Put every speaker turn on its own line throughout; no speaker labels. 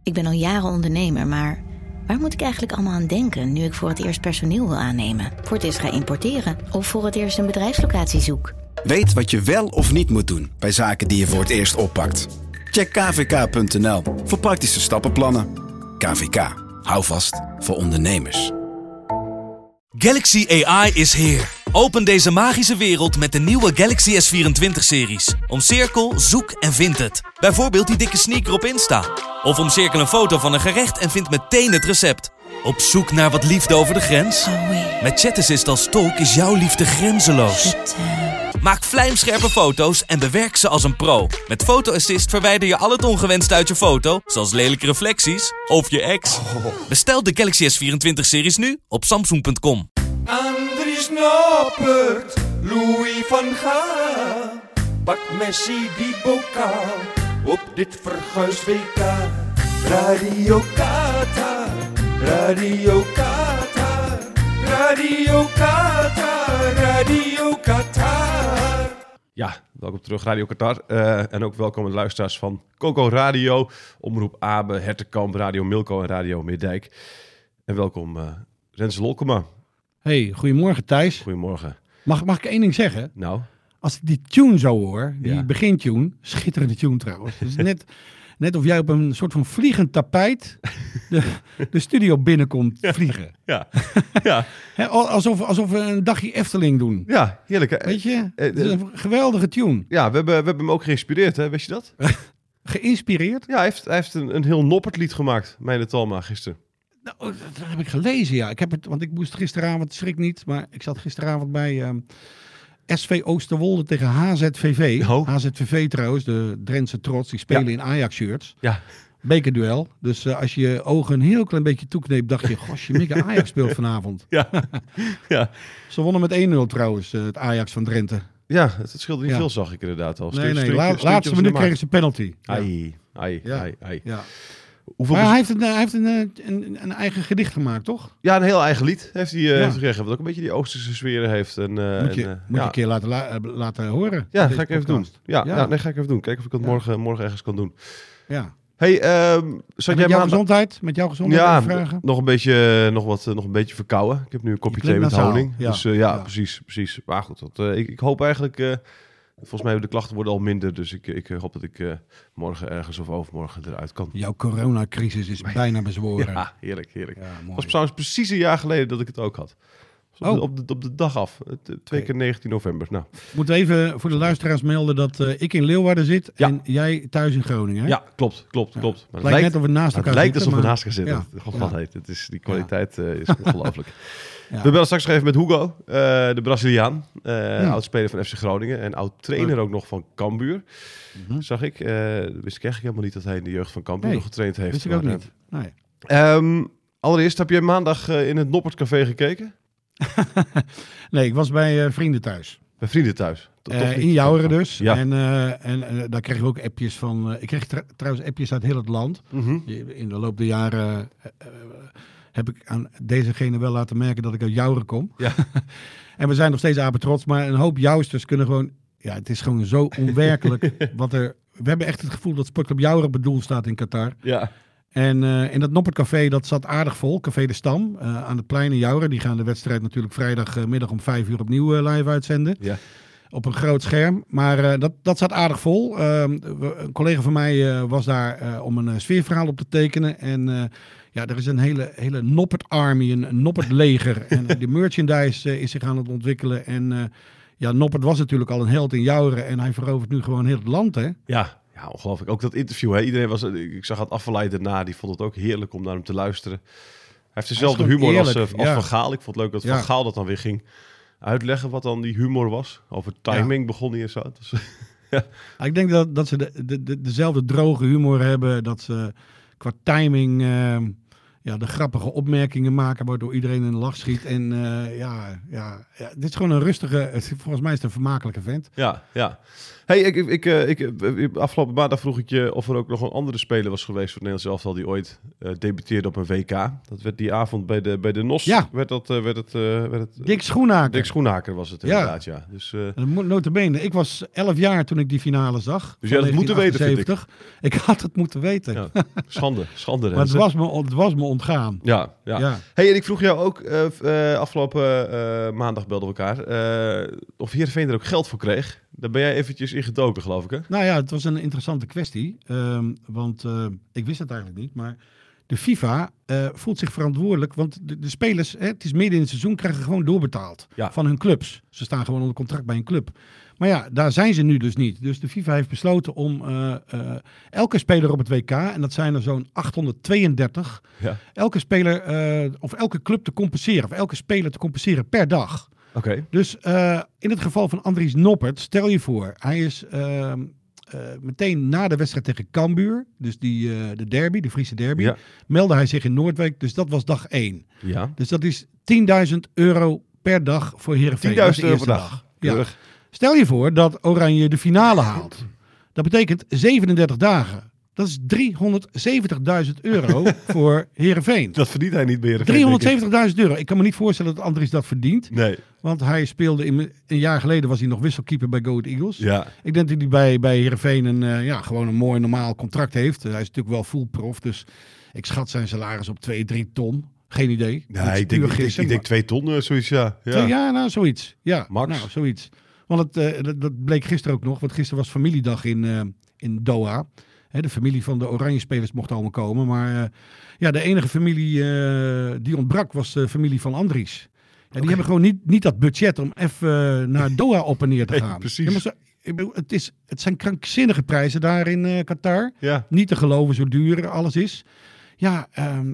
Ik ben al jaren ondernemer, maar waar moet ik eigenlijk allemaal aan denken nu ik voor het eerst personeel wil aannemen, voor het eerst ga importeren of voor het eerst een bedrijfslocatie zoek?
Weet wat je wel of niet moet doen bij zaken die je voor het eerst oppakt. Check kvk.nl voor praktische stappenplannen. KVK. Hou vast voor ondernemers.
Galaxy AI is here. Open deze magische wereld met de nieuwe Galaxy S24-series. Omcirkel, zoek en vind het. Bijvoorbeeld die dikke sneaker op Insta. Of omcirkel een foto van een gerecht en vind meteen het recept. Op zoek naar wat liefde over de grens? Met ChatAssist als tolk is jouw liefde grenzeloos. Maak vlijmscherpe foto's en bewerk ze als een pro. Met Photo Assist verwijder je al het ongewenste uit je foto, zoals lelijke reflecties of je ex. Bestel de Galaxy S24-series nu op Samsung.com.
Andries Noppert, Louis van Gaal, pakt Messi die bokaal op dit verguisd WK. Radio Qatar, Radio Qatar, Radio Qatar, Radio Qatar.
Ja, welkom terug Radio Qatar. En ook welkom aan de luisteraars van Coco Radio, Omroep Abe, Hertekamp, Radio Milko en Radio Meerdijk. En welkom Rens Lolkema.
Hey, goedemorgen Thijs.
Goedemorgen.
Mag ik één ding zeggen?
Nou?
Als ik die tune zo hoor, die begintune, schitterende tune trouwens. Het is net of jij op een soort van vliegend tapijt de studio binnenkomt vliegen.
Ja. Ja.
Alsof we een dagje Efteling doen.
Ja, heerlijk. Hè?
Weet je? Het is een geweldige tune.
Ja, we hebben hem ook geïnspireerd, hè? Wist je dat?
Geïnspireerd?
Ja, hij heeft een heel Noppert lied gemaakt, Meijne Talma, gisteren.
Nou, dat heb ik gelezen, ja. Want ik moest gisteravond, schrik niet, maar ik zat gisteravond bij SV Oosterwolde tegen HZVV.
Oh.
HZVV trouwens, de Drentse trots, die spelen in Ajax-shirts.
Ja.
Bekerduel. Dus als je je ogen een heel klein beetje toekneept, dacht je, gosje, Mikke, Ajax speelt vanavond.
Ja. Ja.
Ze wonnen met 1-0 trouwens, het Ajax van Drenthe.
Ja, het scheelde niet veel, zag ik inderdaad al.
Nee, laatste minuut kregen ze penalty.
Ai.
Ja.
Hoeveel
maar hij heeft een eigen gedicht gemaakt, toch?
Ja, een heel eigen lied heeft hij gezegd. Wat ook een beetje die Oosterse sfeer heeft. En,
moet je een keer laten horen.
Ja, ga ik even doen. Ja, ga ik even doen. Kijken of ik het morgen ergens kan doen.
Ja.
Hey,
met jouw gezondheid vragen?
Nog een beetje verkouden. Ik heb nu een kopje thee met honing. Ja. Dus precies. Maar goed, ik hoop eigenlijk... volgens mij de klachten worden al minder, dus ik hoop dat ik morgen ergens of overmorgen eruit kan.
Jouw coronacrisis is bijna bezworen.
Ja, heerlijk.
Ja,
het was trouwens precies een jaar geleden dat ik het ook had. Op de dag af, 2 keer 19 november. Nou.
Moet even voor de luisteraars melden dat ik in Leeuwarden zit en jij thuis in Groningen. Hè?
Ja, klopt. Maar
het lijkt net of we naast elkaar
zitten. Het lijkt alsof we naast elkaar zitten. Ja. Die kwaliteit is ongelooflijk. Ja. We bellen straks even met Hugo, de Braziliaan. Oud-speler van FC Groningen en oud-trainer ook nog van Cambuur. Zag ik. Wist ik eigenlijk helemaal niet dat hij in de jeugd van Cambuur nog getraind heeft.
Wist ik ook niet. Nee.
Allereerst, heb jij maandag in het Noppertcafé gekeken?
Nee, ik was bij vrienden thuis.
Bij vrienden thuis?
In Jouweren dus.
Ja.
En daar kregen we ook appjes van... ik kreeg trouwens appjes uit heel het land. In de loop der jaren... heb ik aan dezegene wel laten merken dat ik uit Jouweren kom. Ja. En we zijn nog steeds apetrots, maar een hoop Jouwsters kunnen gewoon... Ja, het is gewoon zo onwerkelijk wat er... We hebben echt het gevoel dat Sportclub Jouweren bedoeld staat in Qatar.
Ja.
En in dat Noppertcafé, dat zat aardig vol. Café de Stam, aan het plein in Jouweren. Die gaan de wedstrijd natuurlijk vrijdagmiddag om 5 uur opnieuw live uitzenden. Ja. Op een groot scherm. Maar dat zat aardig vol. Een collega van mij was daar om een sfeerverhaal op te tekenen. En... ja, er is een hele Noppert Army, een Noppert leger. En de merchandise is zich aan het ontwikkelen. En Noppert was natuurlijk al een held in Jouweren. En hij verovert nu gewoon heel het land, hè?
Ja, ongelooflijk. Ook dat interview, hè? Iedereen was... Ik zag het afgeleid daarna. Die vond het ook heerlijk om naar hem te luisteren. Hij heeft dezelfde humor als Van Gaal. Ik vond het leuk dat Van Gaal dat dan weer ging uitleggen. Wat dan die humor was. Over timing begon hij en zo. Dus,
Ik denk dat ze dezelfde droge humor hebben. Dat ze qua timing... de grappige opmerkingen maken waardoor iedereen in de lach schiet. En dit is gewoon een rustige... Volgens mij is het een vermakelijke vent.
Ja. Hey, afgelopen maandag vroeg ik je of er ook nog een andere speler was geweest voor het Nederlands elftal die ooit debuteerde op een WK. Dat werd die avond bij de NOS.
Ja.
Werd het
Dick Schoenhaker.
Dick Schoenhaker was het inderdaad, ja. Dus,
notabene, ik was 11 jaar toen ik die finale zag.
Dus je had het moeten weten, vind ik.
Ik had het moeten weten.
Ja, schande.
Maar het was me ontgaan.
Ja. Hey, en ik vroeg jou ook, afgelopen maandag belden we elkaar, of Heerenveen er ook geld voor kreeg. Daar ben jij eventjes in gedoken, geloof ik, hè?
Nou ja, het was een interessante kwestie. Want ik wist het eigenlijk niet, maar de FIFA voelt zich verantwoordelijk. Want de spelers, het is midden in het seizoen, krijgen gewoon doorbetaald van hun clubs. Ze staan gewoon onder contract bij een club. Maar ja, daar zijn ze nu dus niet. Dus de FIFA heeft besloten om elke speler op het WK, en dat zijn er zo'n 832, elke speler of elke club te compenseren, of elke speler te compenseren per dag.
Okay.
Dus in het geval van Andries Noppert, stel je voor, hij is meteen na de wedstrijd tegen Cambuur, dus de derby, de Friese derby, meldde hij zich in Noordwijk. Dus dat was dag 1. Ja. Dus dat is €10.000 per dag voor Heerenveen.
€10.000 per dag.
Ja. Stel je voor dat Oranje de finale haalt. Dat betekent 37 dagen. Dat is €370.000 voor Heerenveen.
Dat verdient hij niet bij Heerenveen.
€370.000. Ik kan me niet voorstellen dat Andries dat verdient.
Nee.
Want hij speelde een jaar geleden was hij nog wisselkeeper bij Go Ahead Eagles.
Ja.
Ik denk dat hij bij Heerenveen gewoon een mooi normaal contract heeft. Hij is natuurlijk wel full prof. Dus ik schat zijn salaris op 2-3 ton. Geen idee.
Ja, ik denk 2 ton, zoiets, ja.
Ja, zoiets. Ja,
Max.
Nou, zoiets. Want dat bleek gisteren ook nog. Want gisteren was familiedag in Doha. De familie van de Oranje-spelers mocht allemaal komen. Maar de enige familie die ontbrak was de familie van Andries. Ja, die hebben gewoon niet dat budget om even naar Doha op en neer te gaan.
Nee, precies.
Ja, maar het zijn krankzinnige prijzen daar in Qatar.
Ja.
Niet te geloven zo duur alles is. Ja,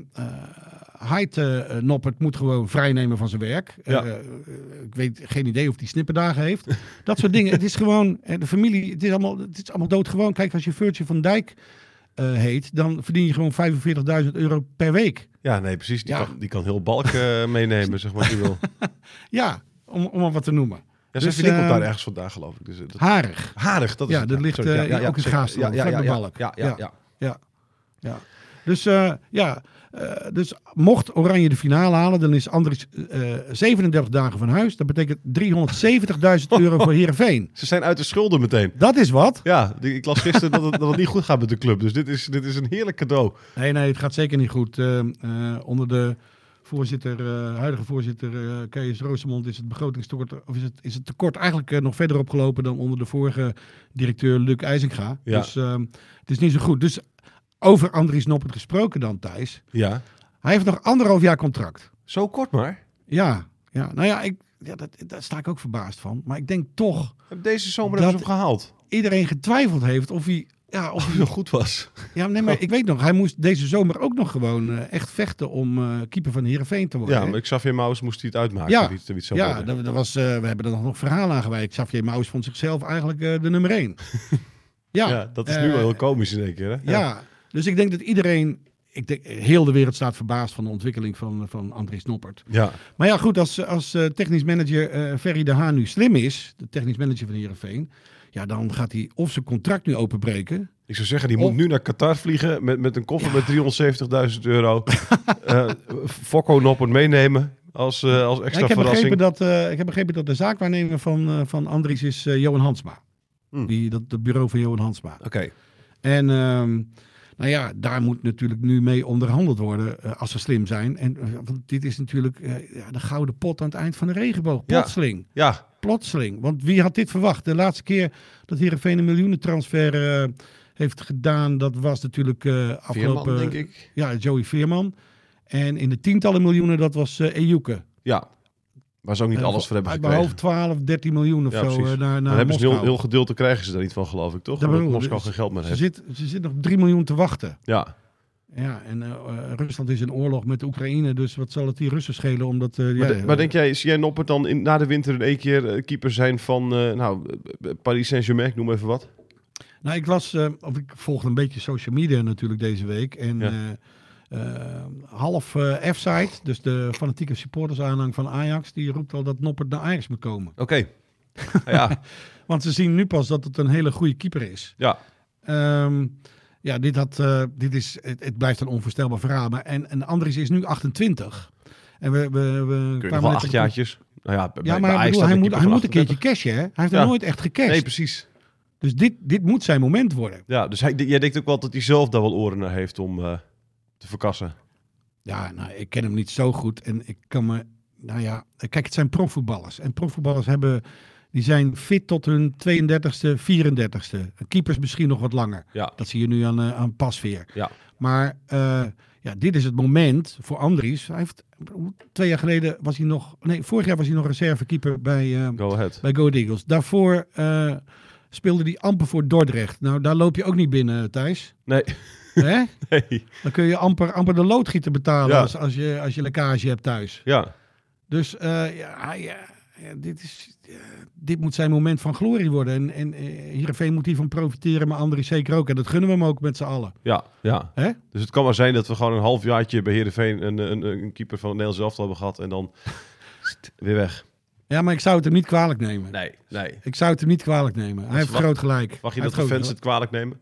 Noppert moet gewoon vrijnemen van zijn werk.
Ja.
Ik weet geen idee of hij snipperdagen heeft. Dat soort dingen. Het is gewoon, de familie, het is allemaal doodgewoon. Kijk, als je Virgil van Dijk heet, dan verdien je gewoon €45.000 per week.
Ja, nee, precies. Die kan heel balk meenemen, zeg maar, als je wil.
Ja, om maar wat te noemen.
Ja, zijn vriendin komt daar ergens vandaag, geloof ik. Dus, Harig, dat is het.
Dat ligt ook in Gaasland. Ja. Dus mocht Oranje de finale halen, dan is Andries 37 dagen van huis. Dat betekent €370.000 voor Heerenveen.
Ze zijn uit de schulden meteen.
Dat is wat.
Ja, ik las gisteren dat het niet goed gaat met de club. Dus dit is een heerlijk cadeau.
Nee, het gaat zeker niet goed. Onder de huidige voorzitter Kees Roosemond is het begrotingstekort, of is het tekort eigenlijk nog verder opgelopen dan onder de vorige directeur Luc IJzinga. Ja. Dus het is niet zo goed. Dus over Andries Noppert gesproken dan, Thijs.
Ja.
Hij heeft nog 1,5 jaar contract.
Zo kort maar?
Ja. Nou ja, daar sta ik ook verbaasd van. Maar ik denk toch...
Deze zomer hebben ze hem gehaald.
Iedereen getwijfeld heeft of hij
nog goed was.
Ja, nee, maar ik weet nog, hij moest deze zomer ook nog gewoon echt vechten om keeper van Heerenveen te worden.
Ja, maar Xavier Maus moest hij het uitmaken.
We hebben er nog verhaal aan gewijd. Xavier Maus vond zichzelf eigenlijk de nummer 1.
Ja, dat is nu wel heel komisch in één keer. Hè?
Ja, dus ik denk dat heel de wereld staat verbaasd van de ontwikkeling van Andries Noppert.
Ja.
Maar ja, goed, als technisch manager Ferry de Haan nu slim is, de technisch manager van Heerenveen, ja, dan gaat hij of zijn contract nu openbreken.
Ik zou zeggen, die moet nu naar Qatar vliegen met een koffer met €370.000. Fokko Noppert meenemen als extra verrassing.
Ik heb begrepen dat de zaakwaarnemer van Andries is Johan Hansma. Dat bureau van Johan Hansma.
Oké.
En daar moet natuurlijk nu mee onderhandeld worden als ze slim zijn. En want dit is natuurlijk de gouden pot aan het eind van de regenboog. Plotseling.
Ja.
Plotseling. Want wie had dit verwacht? De laatste keer dat Heerenveen een miljoenentransfer heeft gedaan, dat was natuurlijk afgelopen...
Veerman, denk ik.
Ja, Joey Veerman. En in de tientallen miljoenen, dat was Ejuke.
Ja. Waar ze ook niet alles voor hebben gekregen.
Uit mijn hoofd 12, 13 miljoen of zo naar
dan hebben ze
Moskou.
heel gedeelte krijgen ze daar niet van, geloof ik, toch? Omdat Moskou geen geld meer heeft.
Ze zit nog 3 miljoen te wachten.
Ja.
Ja, en Rusland is in oorlog met Oekraïne, dus wat zal het die Russen schelen? Omdat,
maar denk jij, zie jij Noppert dan na de winter in één keer keeper zijn van Paris Saint-Germain, ik noem even wat?
Nou, ik volgde een beetje social media natuurlijk deze week. En half F-site, dus de fanatieke supportersaanhang van Ajax, die roept al dat Noppert naar Ajax moet komen.
Oké. Ja.
Want ze zien nu pas dat het een hele goede keeper is.
Ja.
Het blijft een onvoorstelbaar verhaal. Maar en Andries is nu 28. En we
Kun je nog wel 8 jaartjes. Nou ja,
maar hij moet een keertje cashen, hè? Hij heeft er nooit echt gecashed.
Nee, precies.
Dus dit moet zijn moment worden.
Ja, dus jij denkt ook wel dat hij zelf daar wel oren naar heeft om te verkassen.
Ja, nou, ik ken hem niet zo goed. En ik kan me... Nou ja, kijk, het zijn profvoetballers. En profvoetballers die zijn fit tot hun 32e, 34e. Keepers misschien nog wat langer.
Ja.
Dat zie je nu aan Pasveer.
Ja.
Maar dit is het moment voor Andries. Hij heeft 2 jaar geleden was hij nog... Nee, vorig jaar was hij nog reservekeeper bij Go Ahead Eagles. Daarvoor speelde hij amper voor Dordrecht. Nou, daar loop je ook niet binnen, Thijs.
Nee.
Hè?
Nee.
Dan kun je amper de loodgieter betalen als je lekkage hebt thuis.
Ja.
Dus dit moet zijn moment van glorie worden. En Heerenveen moet hiervan profiteren, maar Andries zeker ook. En dat gunnen we hem ook met z'n allen.
Ja.
Hè?
Dus het kan maar zijn dat we gewoon een halfjaartje bij Heerenveen een keeper van het Nederlands elftal hebben gehad en dan weer weg.
Ja, maar ik zou het hem niet kwalijk nemen.
Nee.
Ik zou het hem niet kwalijk nemen. Hij heeft groot gelijk.
Mag je dat de fans het kwalijk nemen?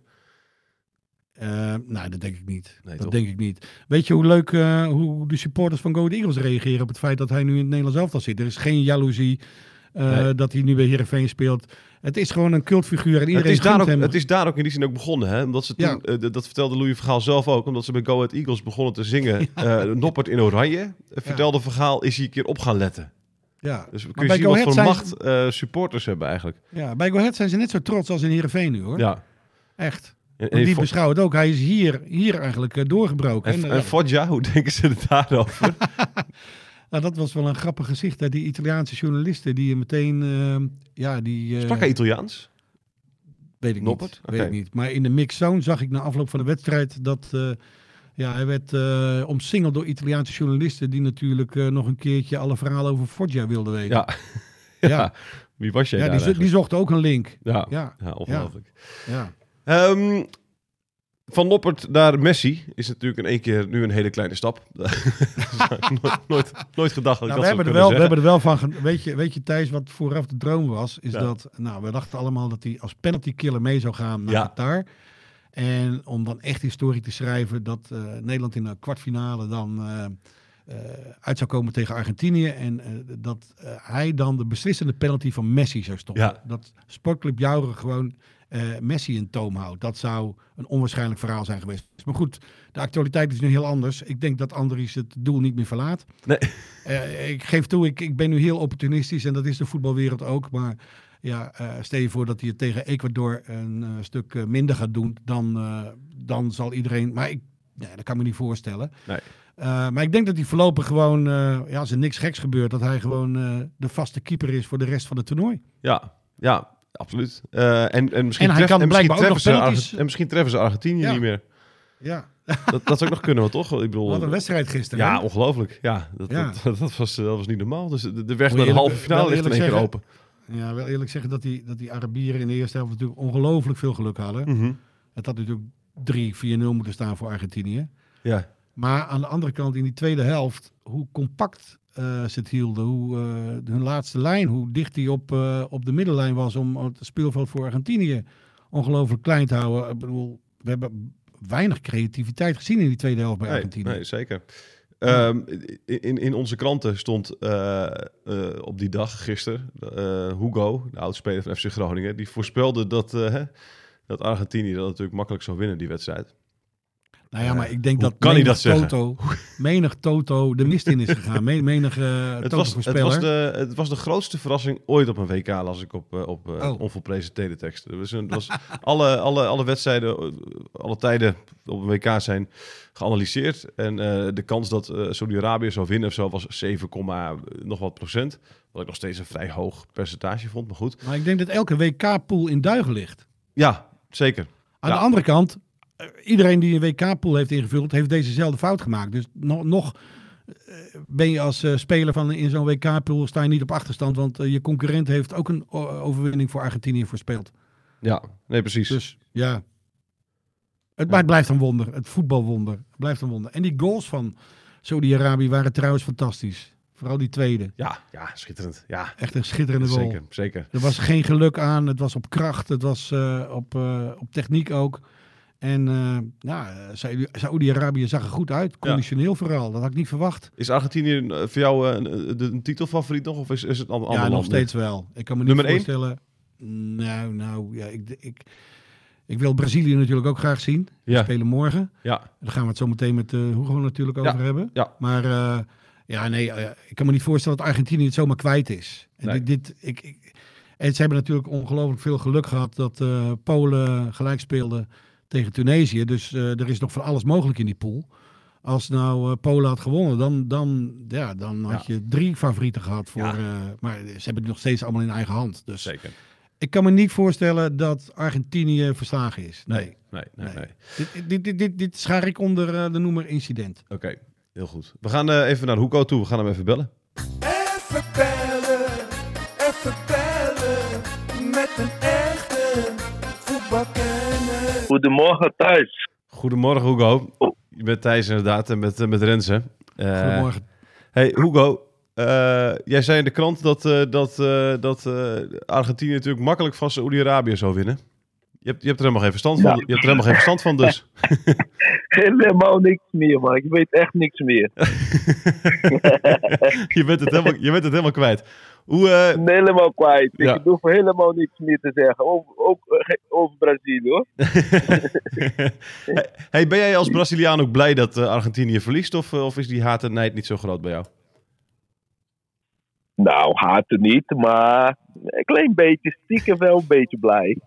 Nee, dat denk ik niet.
Nee,
dat denk ik niet. Weet je hoe leuk hoe de supporters van Go Ahead Eagles reageren op het feit dat hij nu in het Nederlands elftal zit? Er is geen jaloezie dat hij nu bij Heerenveen speelt. Het is gewoon een cultfiguur en iedereen gunt hem.
Het is daar ook in die zin ook begonnen. Hè? Omdat ze toen, dat vertelde Louis Vergaal zelf ook, omdat ze bij Go Ahead Eagles begonnen te zingen. Noppert in oranje. Vertelde Vergaal, is hij een keer op gaan letten.
Ja.
Dus kun je zien wat voor macht supporters hebben eigenlijk.
Ja, bij Go Ahead zijn ze net zo trots als in Heerenveen nu, hoor.
Ja.
Echt. En die beschouwen het ook. Hij is hier eigenlijk doorgebroken.
En Foggia, hoe denken ze er daarover?
Nou, dat was wel een grappig gezicht. Hè? Die Italiaanse journalisten die meteen...
Sprak hij Italiaans?
Weet ik niet. Weet ik niet. Maar in de mixzone zag ik na afloop van de wedstrijd dat... hij werd omsingeld door Italiaanse journalisten die natuurlijk nog een keertje alle verhalen over Foggia wilden weten.
Ja. Wie was jij daar
die zochten ook een link.
Ja, ongelooflijk.
Ja.
Van Noppert naar Messi is natuurlijk in één keer nu een hele kleine stap. nooit gedacht dat ik dat zou kunnen zeggen.
We hebben er wel van... Weet je, Thijs, wat vooraf de droom was, is dat... Nou, we dachten allemaal dat hij als penalty killer mee zou gaan naar Qatar. En om dan echt historie te schrijven dat Nederland in de kwartfinale dan uit zou komen tegen Argentinië. En dat hij dan de beslissende penalty van Messi zou stoppen.
Ja.
Dat Sportclub Jouren gewoon Messi in toom houdt. Dat zou een onwaarschijnlijk verhaal zijn geweest. Maar goed, de actualiteit is nu heel anders. Ik denk dat Andries het doel niet meer verlaat.
Nee.
Ik geef toe, ik ben nu heel opportunistisch en dat is de voetbalwereld ook. Maar ja, stel je voor dat hij het tegen Ecuador een stuk minder gaat doen, dan zal iedereen... Maar dat kan me niet voorstellen.
Nee.
Maar ik denk dat hij voorlopig gewoon, als er niks geks gebeurt, dat hij gewoon de vaste keeper is voor de rest van het toernooi.
Ja, absoluut. En misschien treffen ze Argentinië niet meer.
Ja.
Dat zou ook nog kunnen, toch? Ik bedoel,
wat een wedstrijd gisteren.
Ja, ongelooflijk. Ja, dat was niet normaal. Dus de weg naar de halve finale ligt in één keer open.
Ja, wel eerlijk zeggen dat die Arabieren in de eerste helft natuurlijk ongelooflijk veel geluk hadden.
Mm-hmm.
Het had natuurlijk 3-4-0 moeten staan voor Argentinië.
Ja.
Maar aan de andere kant in die tweede helft, hoe compact ze het hielden, hoe hun laatste lijn, hoe dicht die op de middenlijn was om het speelveld voor Argentinië ongelooflijk klein te houden. Ik bedoel, we hebben weinig creativiteit gezien in die tweede helft bij Argentinië.
Nee, zeker. In onze kranten stond op die dag gisteren Hugo, de oudspeler van FC Groningen, die voorspelde dat Argentinië dat natuurlijk makkelijk zou winnen, die wedstrijd.
Nou ja, maar ik denk dat menig Toto de mist in is gegaan.
Het was de grootste verrassing ooit op een WK, las ik op onvolprezen teleteksten. Dus het was alle wedstrijden, alle tijden op een WK zijn geanalyseerd. En de kans dat Saudi-Arabië zou winnen of zo was 7, nog wat procent. Wat ik nog steeds een vrij hoog percentage vond, maar goed.
Maar ik denk dat elke WK-pool in duigen ligt.
Ja, zeker.
Aan de andere kant, iedereen die een WK-pool heeft ingevuld, heeft dezezelfde fout gemaakt. Dus nog ben je als speler in zo'n WK-pool, sta je niet op achterstand. Want je concurrent heeft ook een overwinning voor Argentinië voorspeld.
Ja, nee, precies.
Dus ja, het blijft een wonder. Het voetbalwonder blijft een wonder. En die goals van Saudi-Arabië waren trouwens fantastisch. Vooral die tweede.
Ja, schitterend. Ja.
Echt een schitterende goal.
Zeker.
Er was geen geluk aan. Het was op kracht. Het was op techniek ook. En Saoedi-Arabië zag er goed uit. Conditioneel vooral. Dat had ik niet verwacht.
Is Argentinië voor jou een titelfavoriet nog? Of is het een ander land?
Ja, nog steeds wel. Ik kan me niet voorstellen... Ik wil Brazilië natuurlijk ook graag zien. We spelen morgen. Ja. Daar gaan we het zo meteen met Hugo natuurlijk over hebben. Ja. Maar ik kan me niet voorstellen dat Argentinië het zomaar kwijt is. En en ze hebben natuurlijk ongelooflijk veel geluk gehad dat Polen gelijk speelde tegen Tunesië. Dus er is nog van alles mogelijk in die pool. Als nou Polen had gewonnen, dan had je 3 favorieten gehad. Maar ze hebben het nog steeds allemaal in eigen hand. Dus zeker. Ik kan me niet voorstellen dat Argentinië verslagen is. Nee. Dit schaar ik onder de noemer incident.
Oké, heel goed. We gaan even naar Hugo toe. We gaan hem even bellen.
Even bellen met een echte voetbalkenner.
Goedemorgen thuis.
Goedemorgen Hugo. Je bent Thijs inderdaad en met Renze.
Goedemorgen.
Hey Hugo. Jij zei in de krant dat Argentinië natuurlijk makkelijk van Saoedi-Arabië zou winnen. Je hebt er helemaal geen verstand van. Je hebt er helemaal geen verstand van dus.
Helemaal niks meer, man. Ik weet echt niks meer.
Je bent het helemaal kwijt.
Helemaal kwijt. Ja. Ik hoef helemaal niks meer te zeggen. Ook over Brazilië, hoor.
Hey, ben jij als Braziliaan ook blij dat Argentinië verliest? Of is die haat en nijd niet zo groot bij jou?
Nou, haten niet, maar een klein beetje, stiekem wel een beetje blij.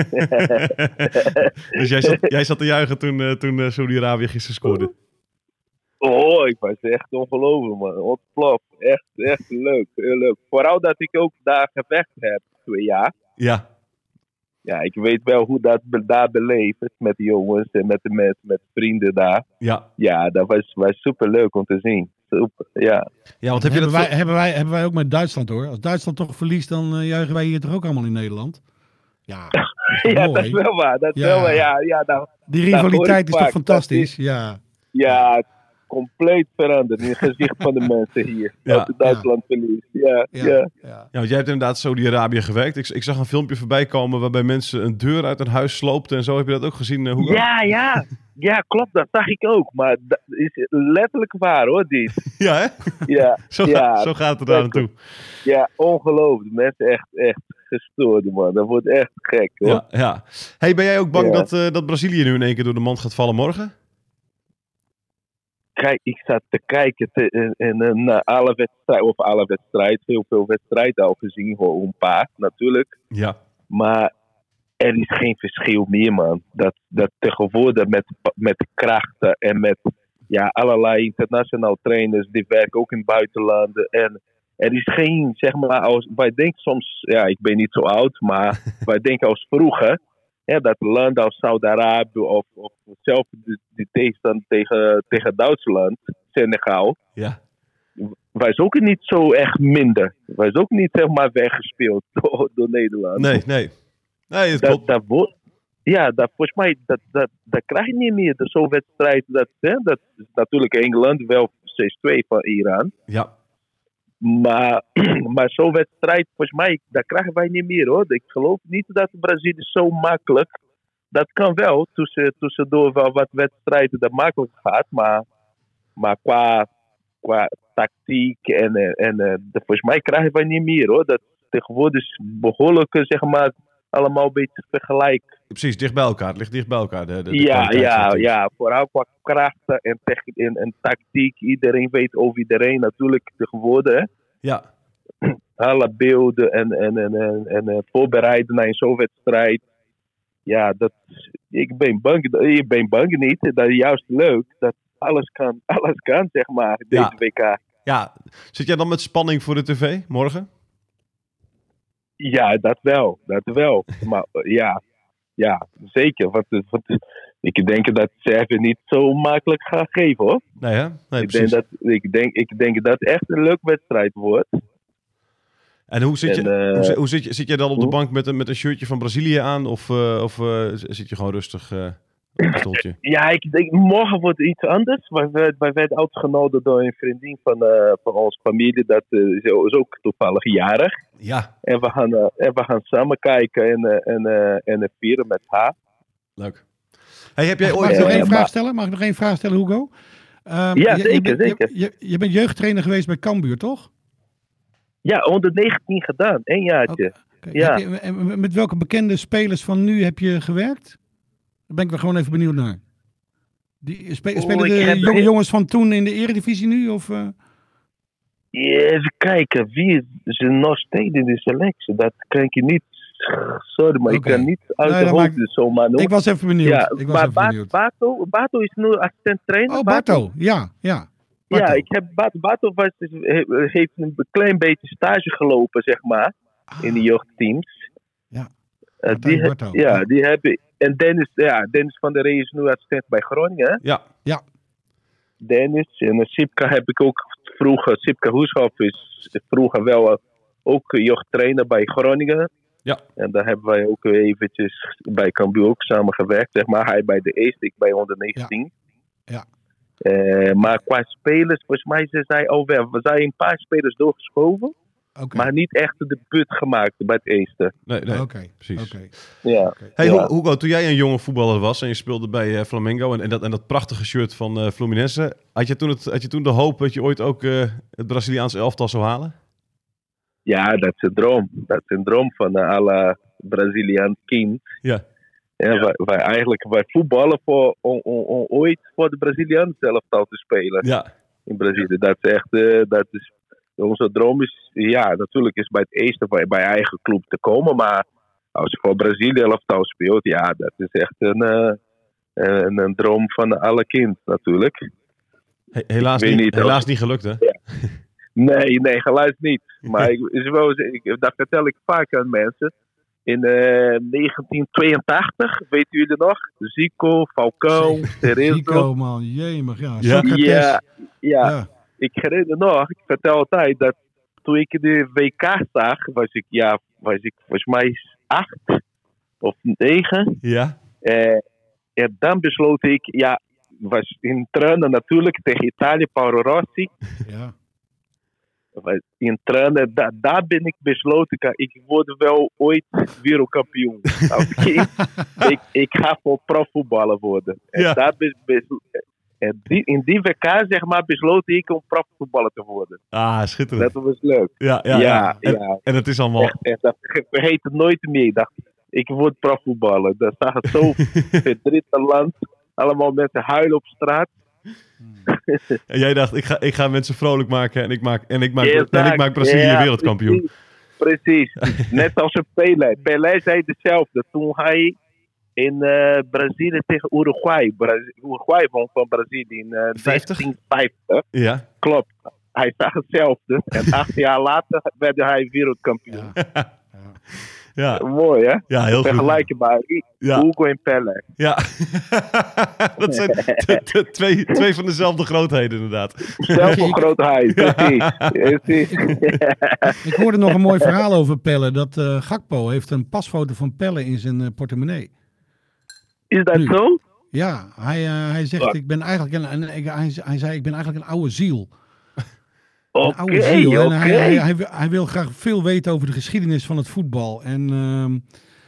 Dus jij zat te juichen toen Saudi-Arabië gisteren scoorde?
Oh, ik was echt ongelooflijk, man. Ontplof. Echt leuk. Heel leuk. Vooral dat ik ook daar gevecht heb 2 jaar. Ja. Ja, ik weet wel hoe dat daar beleefd is met de jongens en met de vrienden daar. Ja. Ja, dat was super leuk om te zien. Super, ja.
Ja, want
hebben wij ook met Duitsland, hoor. Als Duitsland toch verliest, dan juichen wij hier toch ook allemaal in Nederland? Ja,
dat is wel waar. Dat is wel waar. Ja,
die rivaliteit is toch fantastisch?
Ja, compleet veranderd in het gezicht van de mensen hier. Als Duitsland verliest. Ja,
want jij hebt inderdaad Saudi-Arabië gewerkt. Ik zag een filmpje voorbij komen waarbij mensen een deur uit een huis sloopten en zo. Heb je dat ook gezien, Hugo?
Ja, klopt. Dat zag ik ook. Maar dat is letterlijk waar, hoor, dit.
Ja, hè?
Ja.
Zo gaat het daar naartoe.
Ja, ongelooflijk. Mensen echt gestoord, man. Dat wordt echt gek, hoor.
Ja. Hey, ben jij ook bang dat Brazilië nu in één keer door de mand gaat vallen morgen?
Kijk, ik zat te kijken naar alle wedstrijden, heel veel wedstrijden al gezien, gewoon een paar natuurlijk. Ja. Maar er is geen verschil meer, man. Dat tegenwoordig met de krachten en met allerlei internationale trainers, die werken ook in buitenlanden. En er is geen, zeg maar, wij denken soms, ik ben niet zo oud, maar wij denken als vroeger. Ja, dat landen als Saudi-Arabië of zelf die tegenstand tegen Duitsland, Senegal, was ook niet zo echt minder. Was ook niet, zeg maar, weggespeeld door Nederland.
Nee, dat
wordt. Ja, volgens mij, dat krijg je niet meer. Zo'n wedstrijd, dat is natuurlijk Engeland, wel 6-2 van Iran. Ja. Maar zo'n wedstrijd, volgens mij, dat krijgen wij niet meer, hoor. Ik geloof niet dat Brazilië zo makkelijk... Dat kan wel, tussendoor wel wat wedstrijden dat makkelijk gaat. Maar qua tactiek en volgens mij krijgen wij niet meer, hoor. Dat tegenwoordig is behoorlijk, zeg maar, allemaal een beetje vergelijk.
Precies, dicht bij elkaar. Het ligt dicht bij elkaar.
Ja. Vooral qua krachten en tactiek. Iedereen weet over iedereen natuurlijk tegenwoordig. Hè? Ja. Alle beelden en voorbereiden naar zo'n wedstrijd. Ja, ik ben bang niet. Dat is juist leuk. Dat alles kan, zeg maar, deze WK.
Ja. Zit jij dan met spanning voor de tv morgen?
Ja, dat wel. Maar ja, zeker. Want ik denk dat Servië niet zo makkelijk gaat geven, hoor.
Nee, hè? Nee,
ik denk dat het echt een leuke wedstrijd wordt.
En hoe zit je dan op de bank met een shirtje van Brazilië aan? Of zit je gewoon rustig stoeltje?
Ja, ik denk morgen wordt iets anders. Wij werden uitgenodigd door een vriendin van onze familie. Dat is ook toevallig jarig.
Ja.
En we gaan samen kijken en vieren met haar.
Leuk. Hey, heb jij ooit...
Mag ik nog één vraag stellen? Mag ik nog één vraag stellen, Hugo?
Ja, zeker.
Je bent jeugdtrainer geweest bij Cambuur, toch?
Ja, onder 19 gedaan. 1 jaartje.
Okay.
Ja.
En met welke bekende spelers van nu heb je gewerkt? Daar ben ik wel gewoon even benieuwd naar. Spelen de jonge jongens van toen in de Eredivisie nu? Of,
Even kijken. Wie is er nog steeds in de selectie? Dat kan ik je niet... Sorry, maar ik kan niet uit de hoofd zomaar noemen.
Ik was even benieuwd.
Ja, maar Bato is nu assistent trainer.
Oh, Bato. Ja. Bato.
Ja, ik heb Bato heeft een klein beetje stage gelopen, zeg maar, in de jeugdteams.
Ja.
Die hebben... En Dennis van der Rey is nu assistent bij Groningen.
Ja.
Dennis. En Sipka heb ik ook vroeger... Sipka Hoeshoff is vroeger wel ook jeugdtrainer bij Groningen.
Ja.
En daar hebben wij ook eventjes bij Cambuur ook samen gewerkt, zeg maar. Hij bij de eerste, ik bij onder 19.
Ja.
Maar qua spelers, volgens mij zijn alweer... We zijn een paar spelers doorgeschoven.
Okay.
Maar niet echt de debuut gemaakt bij het eerste.
Nee,
Oké.
precies.
Okay.
Ja.
Hey, Hugo, toen jij een jonge voetballer was en je speelde bij Flamengo en dat prachtige shirt van Fluminense, had je toen de hoop dat je ooit ook het Braziliaanse elftal zou halen?
Ja, dat is een droom. Dat is een droom van alle Braziliaans kind.
Ja.
Ja, wij voetballen ooit voor de Braziliaanse elftal te spelen.
Ja.
In Brazilië. Dat is echt... onze droom is, natuurlijk is bij het eerste bij eigen club te komen, maar als je voor Brazilië elftal speelt, ja, dat is echt een droom van alle kind natuurlijk.
Helaas niet gelukt, hè?
Ja. Nee, helaas niet. Maar dat vertel ik vaak aan mensen. In 1982, weten jullie nog? Zico, Falcao, Cerezo.
Zico, man, jemig, ja.
Ja. Ik herinner nog, ik vertel altijd dat toen ik de WK zag, was ik volgens mij 8 of 9.
Ja.
En dan besloot ik, was in trainen natuurlijk tegen Italië, Paolo Rossi.
Ja.
In trainen, daar ben ik besloten, ik word wel ooit wereldkampioen. Ik ga voor profvoetballer worden.
Ja.
En in die WK, zeg maar, besloot ik om profvoetballer te worden.
Ah, schitterend.
Dat was leuk.
Ja. En het is allemaal...
Echt, ik vergeet het nooit meer. Ik dacht, ik word profvoetballer. Dan zag het zo verdrietig land. Allemaal mensen huilen op straat.
En jij dacht, ik ga mensen vrolijk maken en ik maak Brazilië wereldkampioen.
Precies. Net als een Pelé. Pelé zei hetzelfde toen hij in Brazilië tegen Uruguay. Uruguay won van Brazilië in 1950.
Ja.
Klopt. Hij zag hetzelfde. En 8 jaar later werd hij wereldkampioen.
Ja.
Mooi, hè?
Ja, heel goed.
Vergelijkbaar. Hugo en Pelé.
Ja. Dat zijn twee van dezelfde grootheden, inderdaad.
Zelfde grootheid, precies.
Ik hoorde nog een mooi verhaal over Pelle. Dat Gakpo heeft een pasfoto van Pelle in zijn portemonnee.
Is dat zo?
Ja, hij zegt, ik ben eigenlijk een oude ziel.
Oké.
Hij wil graag veel weten over de geschiedenis van het voetbal. En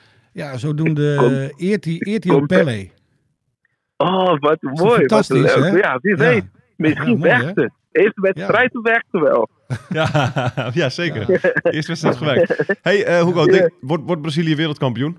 zodoende eert hij ook Pelle.
Oh, wat mooi.
Fantastisch,
wat leuk.
Hè?
Ja, wie weet. Misschien werkte. Eerste wedstrijd werkte wel.
Ja, zeker. Eerste wedstrijd gewerkt. Hey, Hugo, wordt Brazilië wereldkampioen?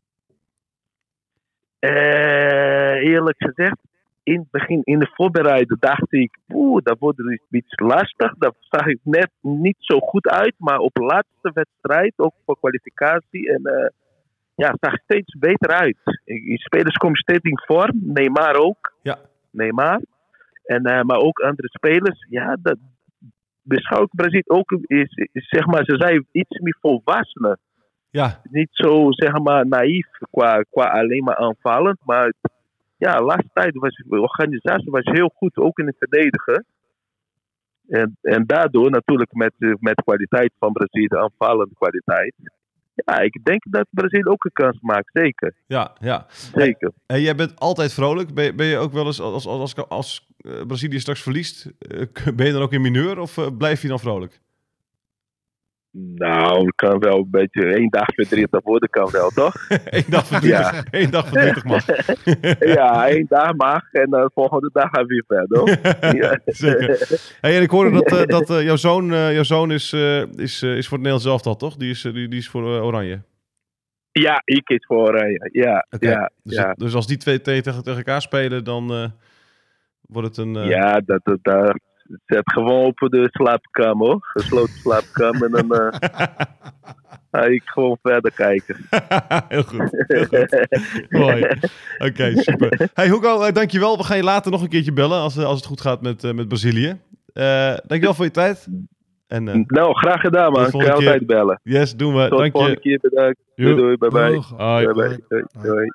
Eerlijk gezegd, in het begin, in de voorbereiding, dacht ik, dat wordt dus iets lastig. Dat zag ik net niet zo goed uit. Maar op de laatste wedstrijd, ook voor kwalificatie, zag steeds beter uit. Spelers komen steeds in vorm. Neymar ook.
Ja.
Neymar. Maar ook andere spelers. Ja, dat beschouw ik Brazilië ook, zeg maar, ze zijn iets meer volwassener.
Ja.
Niet zo, zeg maar, naïef qua alleen maar aanvallend. Maar ja, laatste tijd was de organisatie heel goed, ook in het verdedigen. En daardoor natuurlijk met de kwaliteit van Brazilië, de aanvallende kwaliteit. Ja, ik denk dat Brazilië ook een kans maakt, zeker.
Ja.
Zeker.
En jij bent altijd vrolijk. Ben je ook wel eens, als Brazilië straks verliest, ben je dan ook in mineur of blijf je dan vrolijk?
Nou, het kan wel een beetje 1 dag verdrietig worden, kan wel, toch?
1 dag verdrietig,
Ja.
1 dag verdrietig mag.
Ja, 1 dag mag en de volgende dag gaan we weer verder. Ja.
Zeker. Hey, en ik hoorde dat jouw zoon is voor het Nederlands elftal, toch? Die is voor Oranje.
Ja, ik kies voor Oranje. Ja,
Okay.
ja,
Dus als die twee tegen elkaar spelen, dan wordt het een...
Ja, dat zet gewoon op de slaapkamer, hoor. Gesloten slaapkamer. En dan ga ik gewoon verder kijken.
Heel goed. Mooi. Oké, super. Hey Hugo, dankjewel. We gaan je later nog een keertje bellen als het goed gaat met Brazilië. Dankjewel voor je tijd. En,
nou, graag gedaan, man. Ik kan altijd bellen.
Yes, doen we.
Tot
Dank
de volgende keer. Bedankt. Doei, bye-bye.
Hoi.
Doei.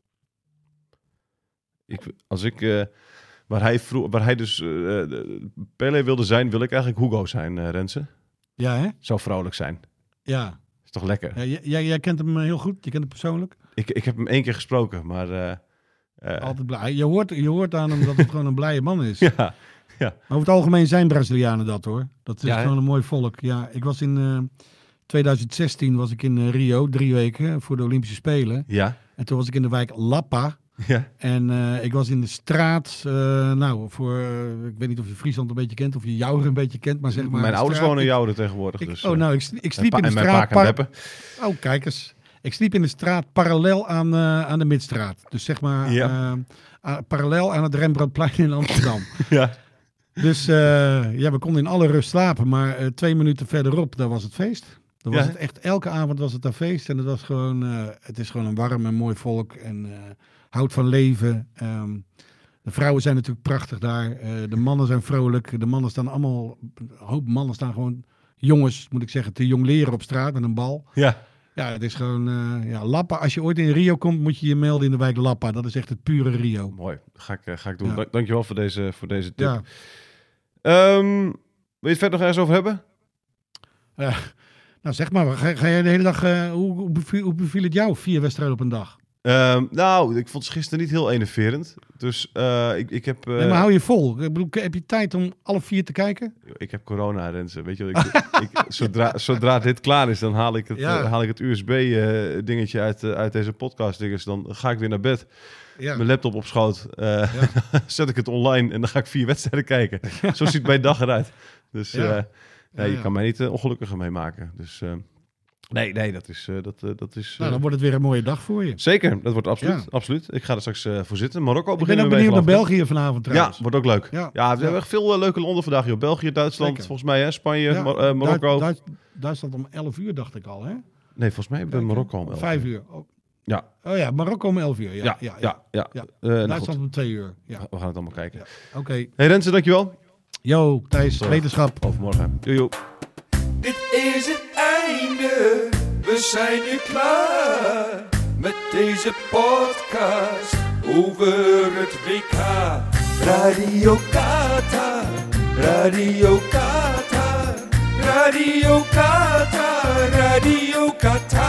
Waar hij dus Pelé wilde zijn, wil ik eigenlijk Hugo zijn, Renze.
Ja, hè?
Zou vrolijk zijn.
Ja.
Is toch lekker?
Ja, jij kent hem heel goed? Je kent hem persoonlijk?
Ik heb hem 1 keer gesproken, maar...
Altijd blij. Je hoort aan hem dat het gewoon een blije man is.
Ja.
Maar over het algemeen zijn Brazilianen dat, hoor. Dat is gewoon een mooi volk. Ja, ik was in 2016 was ik in Rio, 3 weken voor de Olympische Spelen.
Ja.
En toen was ik in de wijk Lapa.
Ja.
En ik was in de straat, ik weet niet of je Friesland een beetje kent, of je Jouren een beetje kent, maar zeg maar...
Mijn ouders wonen in Jouren tegenwoordig. Dus,
ik sliep in de straat... Oh, kijk eens. Ik sliep in de straat parallel aan de Midstraat. Dus zeg maar parallel aan het Rembrandtplein in Amsterdam.
Ja.
Dus we konden in alle rust slapen, maar 2 minuten verderop, daar was het feest. Dan was het echt, elke avond was het daar feest en het was gewoon, het is gewoon een warm en mooi volk en houdt van leven. De vrouwen zijn natuurlijk prachtig daar. De mannen zijn vrolijk. De mannen staan allemaal, een hoop mannen staan gewoon, jongens moet ik zeggen, te jong leren op straat met een bal.
Ja.
Ja, het is gewoon, Lapa. Als je ooit in Rio komt, moet je je melden in de wijk Lapa. Dat is echt het pure Rio.
Ga ik doen. Ja. Dankjewel voor deze tip.
Ja.
Wil je het verder nog ergens over hebben?
Nou, zeg maar, ga jij de hele dag... hoe beviel het jou, 4 wedstrijden op een dag?
Ik vond het gisteren niet heel enerverend. Dus ik heb...
Nee, maar hou je vol. Ik bedoel, heb je tijd om alle 4 te kijken?
Ik heb corona, Renze. Weet je wat? Zodra dit klaar is, dan haal ik het USB-dingetje uit deze podcast. Dan ga ik weer naar bed. Ja. Mijn laptop op schoot. Zet ik het online en dan ga ik 4 wedstrijden kijken. Zo ziet mijn dag eruit. Dus je kan mij niet ongelukkiger mee maken. Dus... Nee, dat is...
Nou, dan wordt het weer een mooie dag voor je.
Zeker, dat wordt absoluut. Ik ga er straks voor zitten. Marokko beginnen we
mee. Ik ben ook benieuwd naar België vanavond trouwens.
Ja, wordt ook leuk. Ja, we hebben echt veel leuke Londen vandaag. Joh. België, Duitsland, Zeker. Volgens mij, hè? Spanje, Marokko.
Duitsland om 11 uur, dacht ik al, hè?
Nee, volgens mij hebben we Marokko om 11 uur.
5 uur. Oh.
Ja.
Oh ja, Marokko om 11 uur. Ja. Duitsland om 2 uur. Ja.
We gaan het allemaal kijken.
Ja. Oké.
Hey Renze, dankjewel.
Yo, Thijs, wetenschap.
Overmorgen. Joe.
Dit is het einde. We zijn nu klaar met deze podcast over het WK. Radio Qatar, Radio Qatar, Radio Qatar, Radio Qatar.